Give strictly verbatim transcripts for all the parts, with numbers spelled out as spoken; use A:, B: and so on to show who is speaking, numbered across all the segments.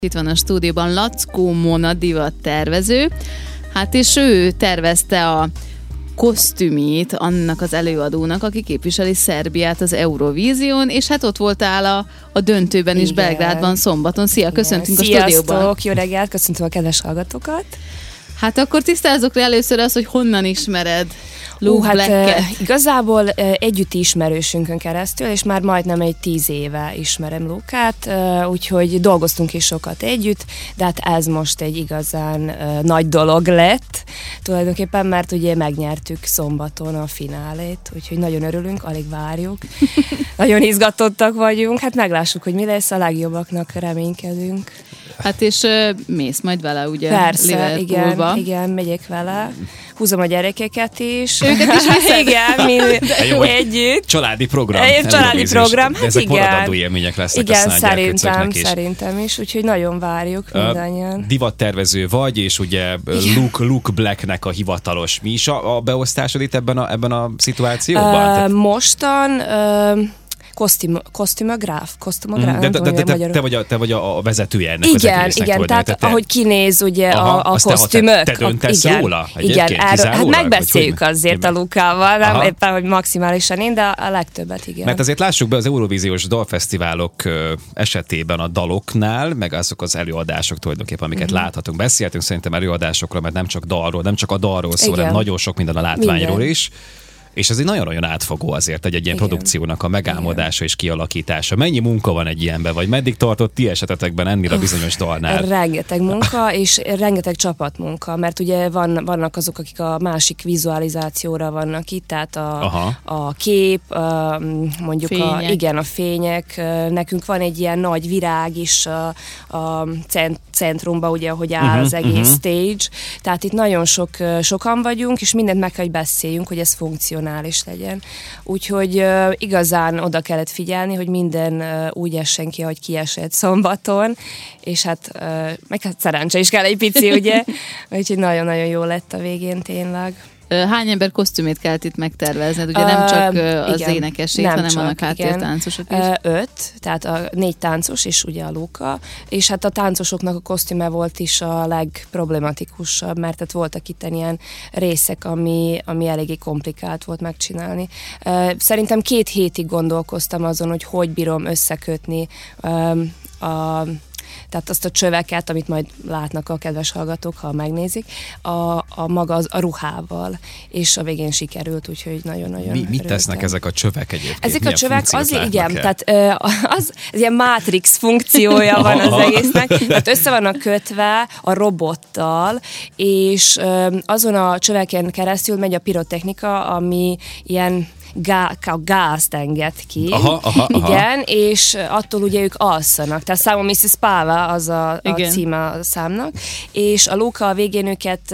A: Itt van a stúdióban Lackó Mona divattervező, hát és ő tervezte a kosztümét annak az előadónak, aki képviseli Szerbiát az Eurovízión, és hát ott voltál a, a döntőben is, igen. Belgrádban, szombaton. Szia, igen. Köszöntünk
B: Sziasztok,
A: a stúdióban.
B: Sziasztok, jó reggelt, köszöntöm a kedves hallgatókat.
A: Hát akkor tisztázzuk le először azt, hogy honnan ismered Luke
B: uh, hát
A: Blacket.
B: Igazából együtt ismerősünkön keresztül, és már majdnem egy tíz éve ismerem Lukát, úgyhogy dolgoztunk is sokat együtt, de hát ez most egy igazán nagy dolog lett, tulajdonképpen, mert ugye megnyertük szombaton a finálét, úgyhogy nagyon örülünk, alig várjuk. Nagyon izgatottak vagyunk, hát meglássuk, hogy mi lesz, a legjobbaknak reménykedünk.
A: Hát és uh, mész majd vele, ugye?
B: Persze, igen, igen, megyek vele. Húzom a gyerekeket is.
A: Őket is viszed?
B: Igen, mi együtt.
C: Családi program.
B: Egy családi program, hát
C: ezek
B: igen.
C: maradandó élmények lesznek,
B: igen,
C: aztán
B: szerintem,
C: is.
B: szerintem is, úgyhogy nagyon várjuk uh, mindannyian.
C: Divattervező vagy, és ugye Luke, Luke Blacknek a hivatalos. Mi is a, a beosztásod itt ebben a, ebben a szituációban?
B: Uh, mostan... Uh, Kosztüm, kosztümográf, kosztümográf,
C: de, de, de, de, de te vagy a, te vagy a vezetője ennek
B: igen,
C: az egésznek.
B: Igen, tehát
C: te, te,
B: ahogy kinéz ugye
C: aha,
B: a, a kosztümök.
C: Te, te döntesz
B: igen,
C: róla?
B: Igen, erről, hát megbeszéljük
C: hogy,
B: azért a Lukával, nem aha. éppen, hogy maximálisan én, de a legtöbbet igen.
C: Mert azért lássuk be, az Eurovíziós dalfesztiválok esetében a daloknál, meg azok az előadások tulajdonképpen, amiket uh-huh. láthatunk. Beszéltünk szerintem előadásokról, mert nem csak dalról, nem csak a dalról szól, hanem nagyon sok minden a látványról minden. is. És ez egy nagyon-nagyon átfogó azért, egy, egy ilyen igen. produkciónak a megálmodása igen. és kialakítása. Mennyi munka van egy ilyenben, vagy meddig tartott ti esetetekben ennél a bizonyos dalnál?
B: Rengeteg munka, és rengeteg csapatmunka, mert ugye van, vannak azok, akik a másik vizualizációra vannak itt, tehát a, a kép, a, mondjuk a, igen, a fények. Nekünk van egy ilyen nagy virág is a, a cent, centrumban, ugye, ahogy áll uh-huh, az egész uh-huh. stage. Tehát itt nagyon sok, sokan vagyunk, és mindent meg kell, hogy beszéljünk, hogy ez funkcionál is legyen. Úgyhogy uh, igazán oda kellett figyelni, hogy minden uh, úgy essen ki, ahogy kiesett szombaton, és hát uh, meg hát szerencse is kell egy pici, ugye? Úgyhogy nagyon-nagyon jó lett a végén tényleg.
A: Hány ember kosztümét kellett itt megtervezned? Ugye nem csak uh, az igen, énekesét, hanem csak, vannak háttértáncosok is. Uh,
B: öt, tehát a négy táncos, és ugye a Luka, és hát a táncosoknak a kosztüme volt is a legproblematikusabb, mert hát voltak itt ilyen részek, ami, ami eléggé komplikált volt megcsinálni. Uh, szerintem két hétig gondolkoztam azon, hogy hogy bírom összekötni um, a tehát azt a csöveket, amit majd látnak a kedves hallgatók, ha megnézik, a, a maga az, a ruhával, és a végén sikerült, úgyhogy nagyon-nagyon
C: Mi, Mit tesznek ezek a csövek egyébként?
B: Ezek
C: Milyen
B: a csövek, azért igen,
C: el?
B: tehát az, az ilyen Matrix funkciója van az egésznek, tehát össze vannak kötve a robottal, és azon a csöveken keresztül megy a pirotechnika, ami ilyen Gá, gázt enged ki.
C: Aha, aha, aha.
B: Igen, és attól ugye ők alszanak. Tehát számom missziz Páva az a, a címe a számnak, és a Luka a végén őket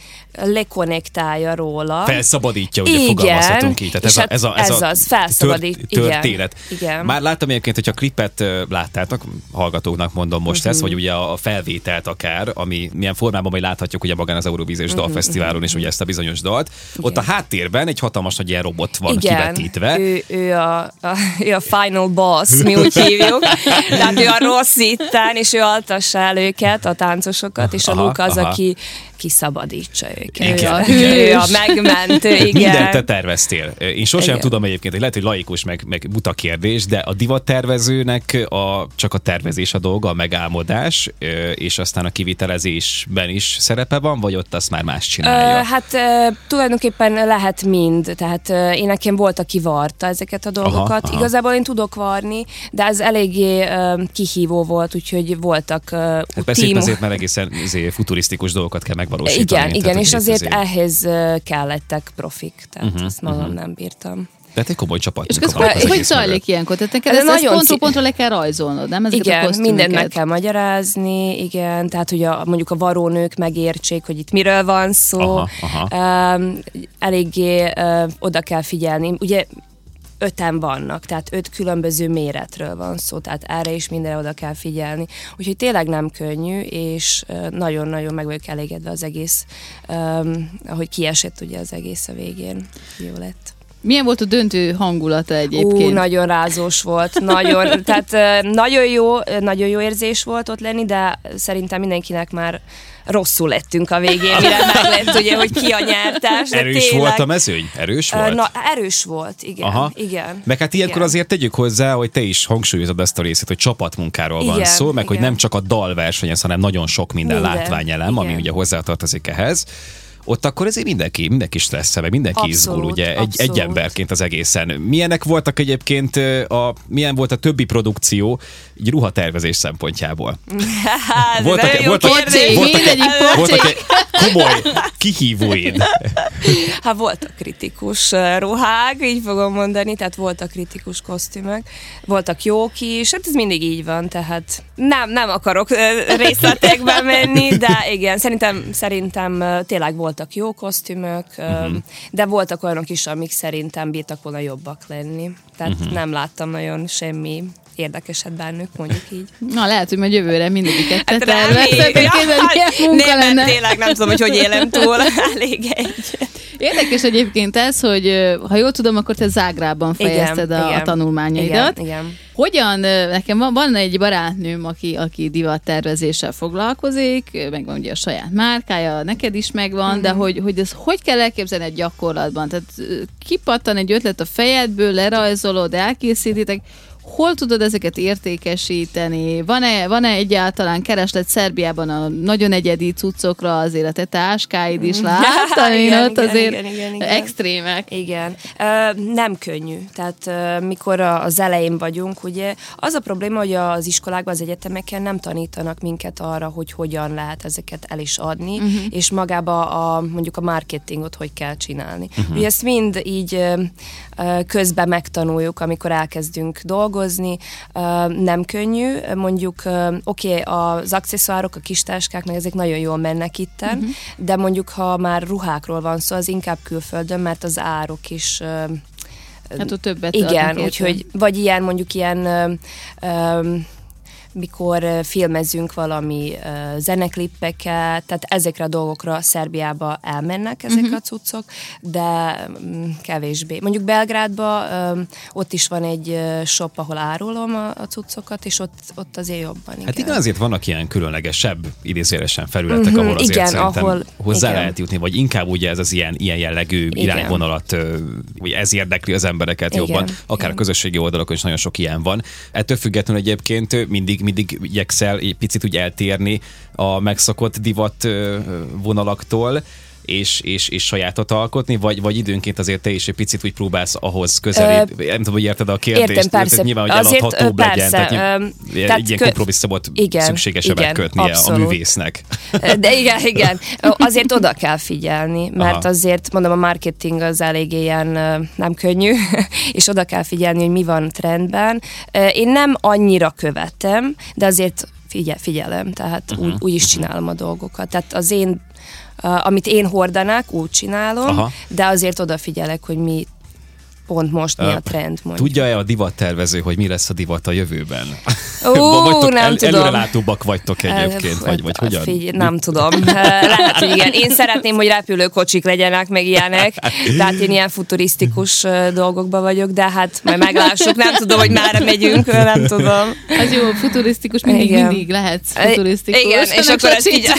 B: lekonnektálja róla.
C: Felszabadítja, ugye fogalmazhatunk így. Tehát ez,
B: hát
C: a, ez, a, ez,
B: ez
C: a
B: az, felszabadít.
C: Tört, történet.
B: Igen.
C: Már láttam egyébként, hogyha klipet láttátok, hallgatóknak mondom most uh-huh. ezt, vagy ugye a felvételt akár, ami milyen formában majd láthatjuk ugye magán az Eurovíziós uh-huh. dalfesztiválon, és ugye ezt a bizonyos dalt. Igen. Ott a háttérben egy hatalmas nagy ilyen robot van igen. kivetítve.
B: Ő, ő, a, a, ő a final boss, mi úgy hívjuk. Tehát ő a rossz itten, és ő altassa el őket, a táncosokat, és a Luka az, aha. aki kiszabadítsa őket.
C: Igen.
B: Ő, a, ő a megmentő, igen.
C: Mindent te terveztél. Én sosem igen. tudom egyébként, hogy lehet, hogy laikus, meg, meg buta kérdés, de a divattervezőnek a, csak a tervezés a dolga, a megálmodás, és aztán a kivitelezésben is szerepe van, vagy ott azt már más csinálja?
B: Uh, hát uh, tulajdonképpen lehet mind. Tehát uh, én nekem volt, aki varta ezeket a dolgokat. Aha, Igazából aha. én tudok varni, de ez eléggé uh, kihívó volt, úgyhogy voltak uh,
C: hát persze
B: team...
C: azért, mert egészen futurisztikus dolgokat kell megvalósítani.
B: Igen, igen, és azért, azért ehhez kellettek profik, tehát uh-huh, ezt magam uh-huh. nem bírtam.
C: Tehát egy komoly csapat.
A: És közben hogy zajlik ilyenkor? Tehát neked ezt, ezt pontról pontra le kell rajzolnod, nem? Ezeket
B: igen, mindent meg kell magyarázni, igen, tehát hogy a, mondjuk a varónők megértsék, hogy itt miről van szó. Aha, aha. Um, eléggé uh, oda kell figyelni. Ugye öten vannak, tehát öt különböző méretről van szó, tehát erre is mindenre oda kell figyelni. Úgyhogy tényleg nem könnyű, és nagyon-nagyon meg vagyok elégedve az egész, um, ahogy kiesett ugye az egész a végén. Jó lett.
A: Milyen volt a döntő hangulata egyébként?
B: Ú, nagyon rázós volt, nagyon, tehát nagyon jó, nagyon jó érzés volt ott lenni, de szerintem mindenkinek már rosszul lettünk a végén, mire meg lett, ugye, hogy ki a nyertes.
C: Erős tényleg... volt a mezőny? Erős volt?
B: Na, erős volt, igen.
C: Aha.
B: igen.
C: Meg hát ilyenkor
B: igen.
C: azért tegyük hozzá, hogy te is hangsúlyozod ezt a részét, hogy csapatmunkáról
B: igen,
C: van szó, meg
B: igen.
C: hogy nem csak a dal versenyez, hanem nagyon sok minden, minden. látványelem, ami ugye hozzátartozik ehhez. Ott akkor ezért mindenki, mindenki stresszel, meg mindenki abszolút, izgul, ugye egy, egy emberként az egészen. Milyenek voltak egyébként, a, milyen volt a többi produkció egy ruhatervezés szempontjából?
B: Hát, voltak,
C: voltak,
B: voltak,
C: voltak, voltak egy komoly kihívóid.
B: Hát voltak kritikus ruhák, így fogom mondani, tehát voltak kritikus kosztümök, voltak jók is, hát ez mindig így van, tehát nem, nem akarok részletekbe menni, de igen, szerintem, szerintem tényleg voltak jó kosztümök, uh-huh. de voltak olyanok is, amik szerintem bírtak volna jobbak lenni. Tehát uh-huh. nem láttam nagyon semmi érdekeset bennük, mondjuk így.
A: Na, lehet, hogy majd jövőre mindegyiket te
B: hát
A: terveztetek,
B: ja,
A: hát, munka
B: nem,
A: lenne.
B: Tényleg nem tudom, hogy hogy élem túl. Elég egy.
A: Érdekes egyébként ez, hogy ha jól tudom, akkor te Zágrában fejezted igen, a, igen, a tanulmányaidat.
B: Igen, igen.
A: Hogyan, nekem van, van egy barátnőm, aki, aki divattervezéssel foglalkozik, megvan ugye a saját márkája, neked is megvan, mm-hmm. de hogy, hogy ez hogy kell elképzelni egy gyakorlatban? Tehát kipattan egy ötlet a fejedből, lerajzolod, elkészítitek, hol tudod ezeket értékesíteni? Van-e, van-e egyáltalán kereslet Szerbiában a nagyon egyedi cuccokra, azért a te táskáid is láttam, én igen, ott igen, azért igen, igen, igen. extrémek.
B: Igen. Uh, nem könnyű. Tehát uh, mikor az elején vagyunk, ugye az a probléma, hogy az iskolákban, az egyetemeken nem tanítanak minket arra, hogy hogyan lehet ezeket el is adni, uh-huh. és magába a, mondjuk a marketingot hogy kell csinálni. Uh-huh. Ugye ezt mind így uh, közben megtanuljuk, amikor elkezdünk dolgozni, nem könnyű, mondjuk oké, okay, az accessoárok, a kistáskák, meg ezek nagyon jól mennek itten, uh-huh. de mondjuk ha már ruhákról van szó, az inkább külföldön, mert az árok is
A: hát ott többet
B: igen, úgyhogy vagy ilyen mondjuk ilyen um, mikor filmezünk valami uh, zeneklippeket, tehát ezekre a dolgokra Szerbiába elmennek ezek uh-huh. a cuccok, de um, kevésbé. Mondjuk Belgrádban um, ott is van egy uh, shop, ahol árulom a, a cuccokat, és ott, ott azért jobban. Igen.
C: Hát igen, azért vannak ilyen különlegesebb, idézőjelesen felületek, uh-huh. ahol azért
B: igen,
C: szerintem
B: ahol,
C: hozzá
B: igen.
C: lehet jutni, vagy inkább ugye ez az ilyen, ilyen jellegű igen. irányvonalat, vagy ez érdekli az embereket igen. jobban, akár igen. a közösségi oldalakon is nagyon sok ilyen van. Ettől függetlenül egyébként mindig mindig igyekszel egy picit úgy eltérni a megszokott divat vonalaktól, és, és, és sajátot alkotni, vagy, vagy időnként azért te is egy picit úgy próbálsz ahhoz közelít. Ö, nem tudom, hogy érted a kérdést.
B: Értem, persze.
C: Nyilván, hogy
B: azért,
C: eladhatóbb
B: persze,
C: legyen. Tehát,
B: ö,
C: tehát egy ilyen kompromisszumot szükségesebbet kötnie a művésznek.
B: De igen, igen. Azért oda kell figyelni, mert aha. azért mondom, a marketing az elég ilyen nem könnyű, és oda kell figyelni, hogy mi van trendben. Én nem annyira követem, de azért figyel, figyelem, tehát uh-huh. úgy, úgy is csinálom a dolgokat. Tehát az én Uh, amit én hordanák, úgy csinálom, aha. de azért odafigyelek, hogy mi pont most mi a trend. Mondjuk.
C: Tudja-e a divattervező, hogy mi lesz a divat a jövőben?
B: Ó, nem el, tudom.
C: Előrelátóbbak vagytok egyébként, uh, vagy, vagy hogyan?
B: Figy- nem tudom. Lehet, hogy igen. Én szeretném, hogy repülőkocsik legyenek, meg ilyenek. Tehát én ilyen futurisztikus dolgokban vagyok, de hát majd meglássuk. Nem tudom, hogy merre megyünk, nem tudom.
A: Az jó, futurisztikus, mindig, igen. mindig lehetsz futurisztikus.
B: Igen, és akkor ezt így...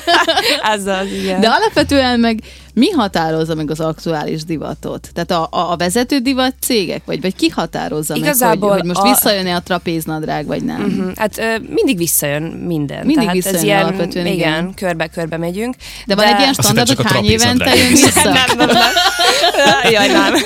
A: az az, igen. De alapvetően meg mi határozza meg az aktuális divatot? Tehát a, a, a vezető divat cégek? Vagy, vagy ki határozza igazából meg, hogy, hogy most a... visszajön-e a trapéznadrág, vagy nem? Uh-huh.
B: Hát ö, mindig visszajön minden.
A: Mindig
B: Tehát
A: visszajön
B: ez ilyen,
A: alapvetően,
B: igen.
A: igen.
B: körbe-körbe megyünk.
A: De, de van egy ilyen standard, hogy hány évente jön vissza?
B: nem, nem, nem. Jaj, nem.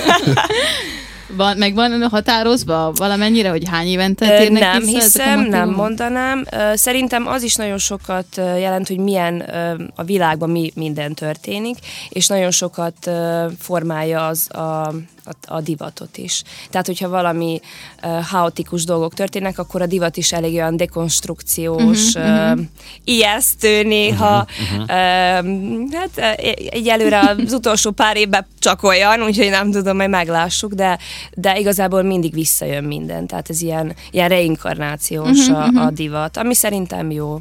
A: Van, meg van határozva valamennyire, hogy hány évente térnek
B: nem
A: vissza?
B: Hiszem, nem mondanám. Szerintem az is nagyon sokat jelent, hogy milyen a világban mi minden történik, és nagyon sokat formálja az a A, a divatot is. Tehát, hogyha valami uh, haotikus dolgok történnek, akkor a divat is elég olyan dekonstrukciós, uh-huh, uh, uh-huh. ijesztő néha. Uh-huh, uh-huh. Uh, hát így előre az utolsó pár évben csak olyan, úgyhogy nem tudom, majd meglássuk, de, de igazából mindig visszajön minden. Tehát ez ilyen, ilyen reinkarnációs uh-huh, a, a divat, ami szerintem jó.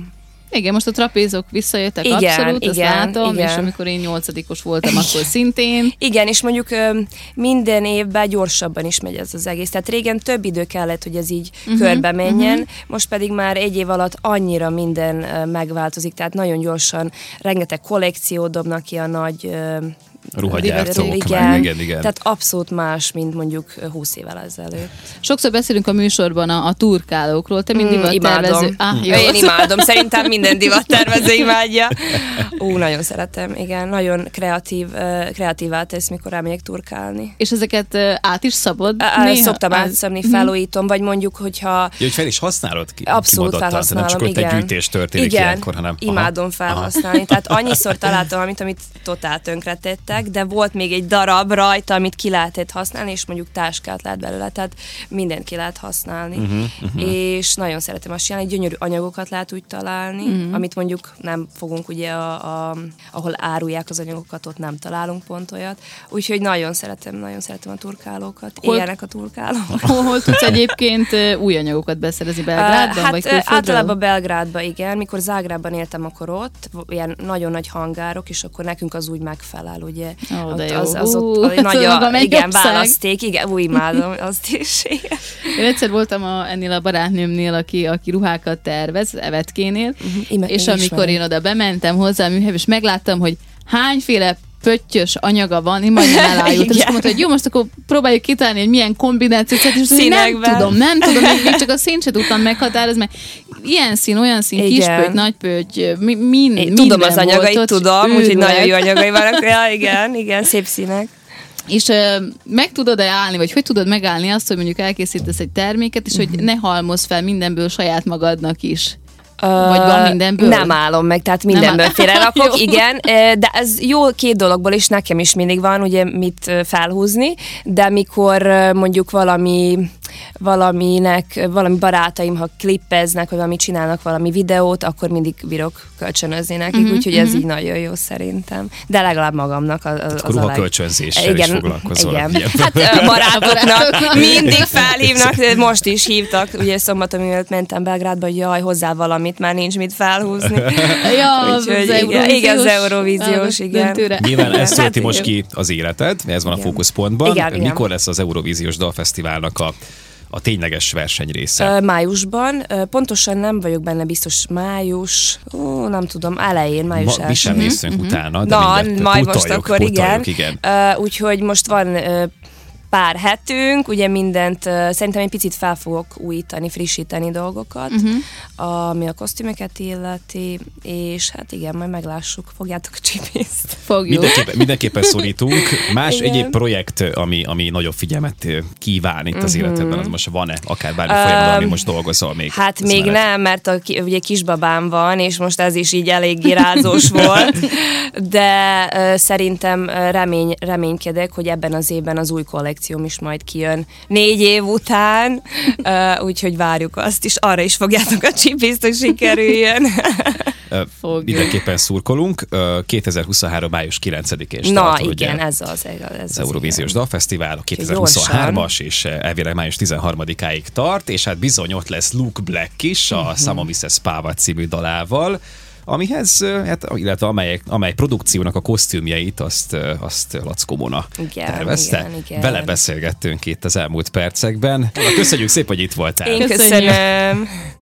A: Igen, most a trapézok visszajöttek, igen, abszolút, igen, azt látom, igen. És amikor én nyolcadikos voltam, akkor szintén.
B: Igen, és mondjuk minden évben gyorsabban is megy ez az egész. Tehát régen több idő kellett, hogy ez így uh-huh, körbe menjen, uh-huh. Most pedig már egy év alatt annyira minden megváltozik, tehát nagyon gyorsan rengeteg kollekciót dobnak ki a nagy
C: ruhagyártók, igen, igen, igen.
B: Tehát abszolút más, mint mondjuk húsz évvel ezelőtt.
A: Sokszor beszélünk a műsorban a, a turkálókról. Te mind divattervező.
B: Ah, Én imádom, szerintem minden divattervező imádja. Ú, nagyon szeretem, igen. Nagyon kreatív, kreatívá tesz, mikor elmegyek turkálni.
A: És ezeket át is szabod?
B: Néha? Szoktam átszabni, felújítom, vagy mondjuk, hogyha...
C: Ja, hogy fel is használod ki?
B: Abszolút felhasználom,
C: nem csak
B: igen.
C: ott egy gyűjtés történik
B: igen,
C: ilyenkor, hanem...
B: imádom aha, felhasználni. Aha. Tehát annyiszor találtam, amit, amit totál tönkretettek, de volt még egy darab rajta, amit ki lehetett használni, és mondjuk táskát lehet belőle, tehát mindent ki lehet használni. Uh-huh, uh-huh. És nagyon szeretem azt csinálni, gyönyörű anyagokat lehet úgy találni, uh-huh. amit mondjuk nem fogunk ugye, a, a, ahol árulják az anyagokat, ott nem találunk pont olyat. Úgyhogy nagyon szeretem, nagyon szeretem a turkálókat. Hol, éljenek a turkálók.
A: Hol, hol tudsz egyébként új anyagokat beszerezni, Belgrádban?
B: Hát
A: vagy külföldről?
B: Általában Belgrádban, igen. Mikor Zágrában éltem, akkor ott ilyen nagyon nagy hangárok, és akkor nekünk az úgy megfelel, ugye.
A: Ó, de jó.
B: Az, az ott uh, nagy a, igen, választék, igen, úgy imádom azt is. Igen.
A: Én egyszer voltam a, ennél a barátnőmnél, aki, aki ruhákat tervez, Evetkénél, uh-huh. és amikor én oda bementem hozzá a műhelybe, és megláttam, hogy hányféle pöttyös anyaga van, én majdnem elájultam, és mondta, hogy jó, most akkor próbáljuk kitalálni, hogy milyen kombinációt, és nem tudom, nem tudom, még csak a színt se tudtam meghatározni, mert ilyen szín, olyan szín, kispötty, nagypötty, mi, min, minden
B: tudom az anyagait,
A: volt,
B: tudom, úgyhogy nagyon jó anyagai vannak, ja, igen, igen, szép színek.
A: És uh, meg tudod-e állni, vagy hogy tudod megállni azt, hogy mondjuk elkészítesz egy terméket, és uh-huh. hogy ne halmozz fel mindenből saját magadnak is? Vagy van mindenből?
B: Nem állom meg, tehát mindenből félrerakok, igen, de ez jó két dologból is, nekem is mindig van, ugye mit felhúzni, de mikor mondjuk valami valaminek, valami barátaim, ha klippeznek, vagy valamit csinálnak, valami videót, akkor mindig bírok kölcsönözni nekik, uh-huh, úgyhogy uh-huh. ez így nagyon jó szerintem. De legalább magamnak az, az
C: a ruha kölcsönzéssel
B: igen,
C: is foglalkozol.
B: Igen. Hát barátoknak mindig felhívnak, most is hívtak, ugye szombaton mielőtt mentem Belgrádba, hogy jaj, hozzá valamit, már nincs mit felhúzni.
A: Ja, úgyhogy
B: az igen, igen, az Eurovíziós, igen.
C: Döntőre. Nyilván ez tölti most ki az életed, ez van
B: igen.
C: a fókuszpontban.
B: Igen,
C: Mikor
B: igen.
C: lesz az Eurovíziós Dalfesztiválnak a a tényleges verseny része?
B: Májusban. Pontosan nem vagyok benne biztos. Május, ó, nem tudom, elején, május
C: Ma, mi sem néztünk mm-hmm. utána, de
B: Na,
C: mindjárt
B: majd
C: putajok,
B: most akkor
C: putajok,
B: igen. igen. Uh, úgyhogy most van uh, pár hetünk, ugye mindent, uh, szerintem egy picit fel fogok újítani, frissíteni dolgokat, uh-huh. ami a kosztümöket illeti, és hát igen, majd meglássuk, fogjátok a csipészt.
A: Fogjuk.
C: Mindenképpen, mindenképpen szólítunk. Más igen. egyéb projekt, ami, ami nagyobb figyelmet kíván itt az uh-huh. életedben, az most van-e? Akár bármi uh, folyamatban, ami most dolgozol még?
B: Hát még mellett. Nem, mert a, ugye kisbabám van, és most ez is így elég rázós volt, de uh, szerintem remény, reménykedek, hogy ebben az évben az új kollekcióm is majd kijön négy év után, uh, úgyhogy várjuk azt is, arra is fogjátok a csipészt, hogy sikerüljön.
C: Uh, mindenképpen szurkolunk. Uh, kétezer-huszonhárom. május kilencedikén
B: Na
C: startol,
B: igen,
C: ugye,
B: ez az. Ez
C: az Eurovíziós Dalfesztivál, a kétezer-huszonhármas, és elvileg május tizenharmadikáig tart, és hát bizony ott lesz Luke Black is, a uh-huh. Sama missus Pava című dalával, amihez, hát, illetve amely, amely produkciónak a kosztümjeit azt, azt Lackó Mona igen, tervezte.
B: Igen, igen.
C: Vele beszélgettünk itt az elmúlt percekben. Köszönjük szépen, hogy itt voltál.
B: Én köszönöm.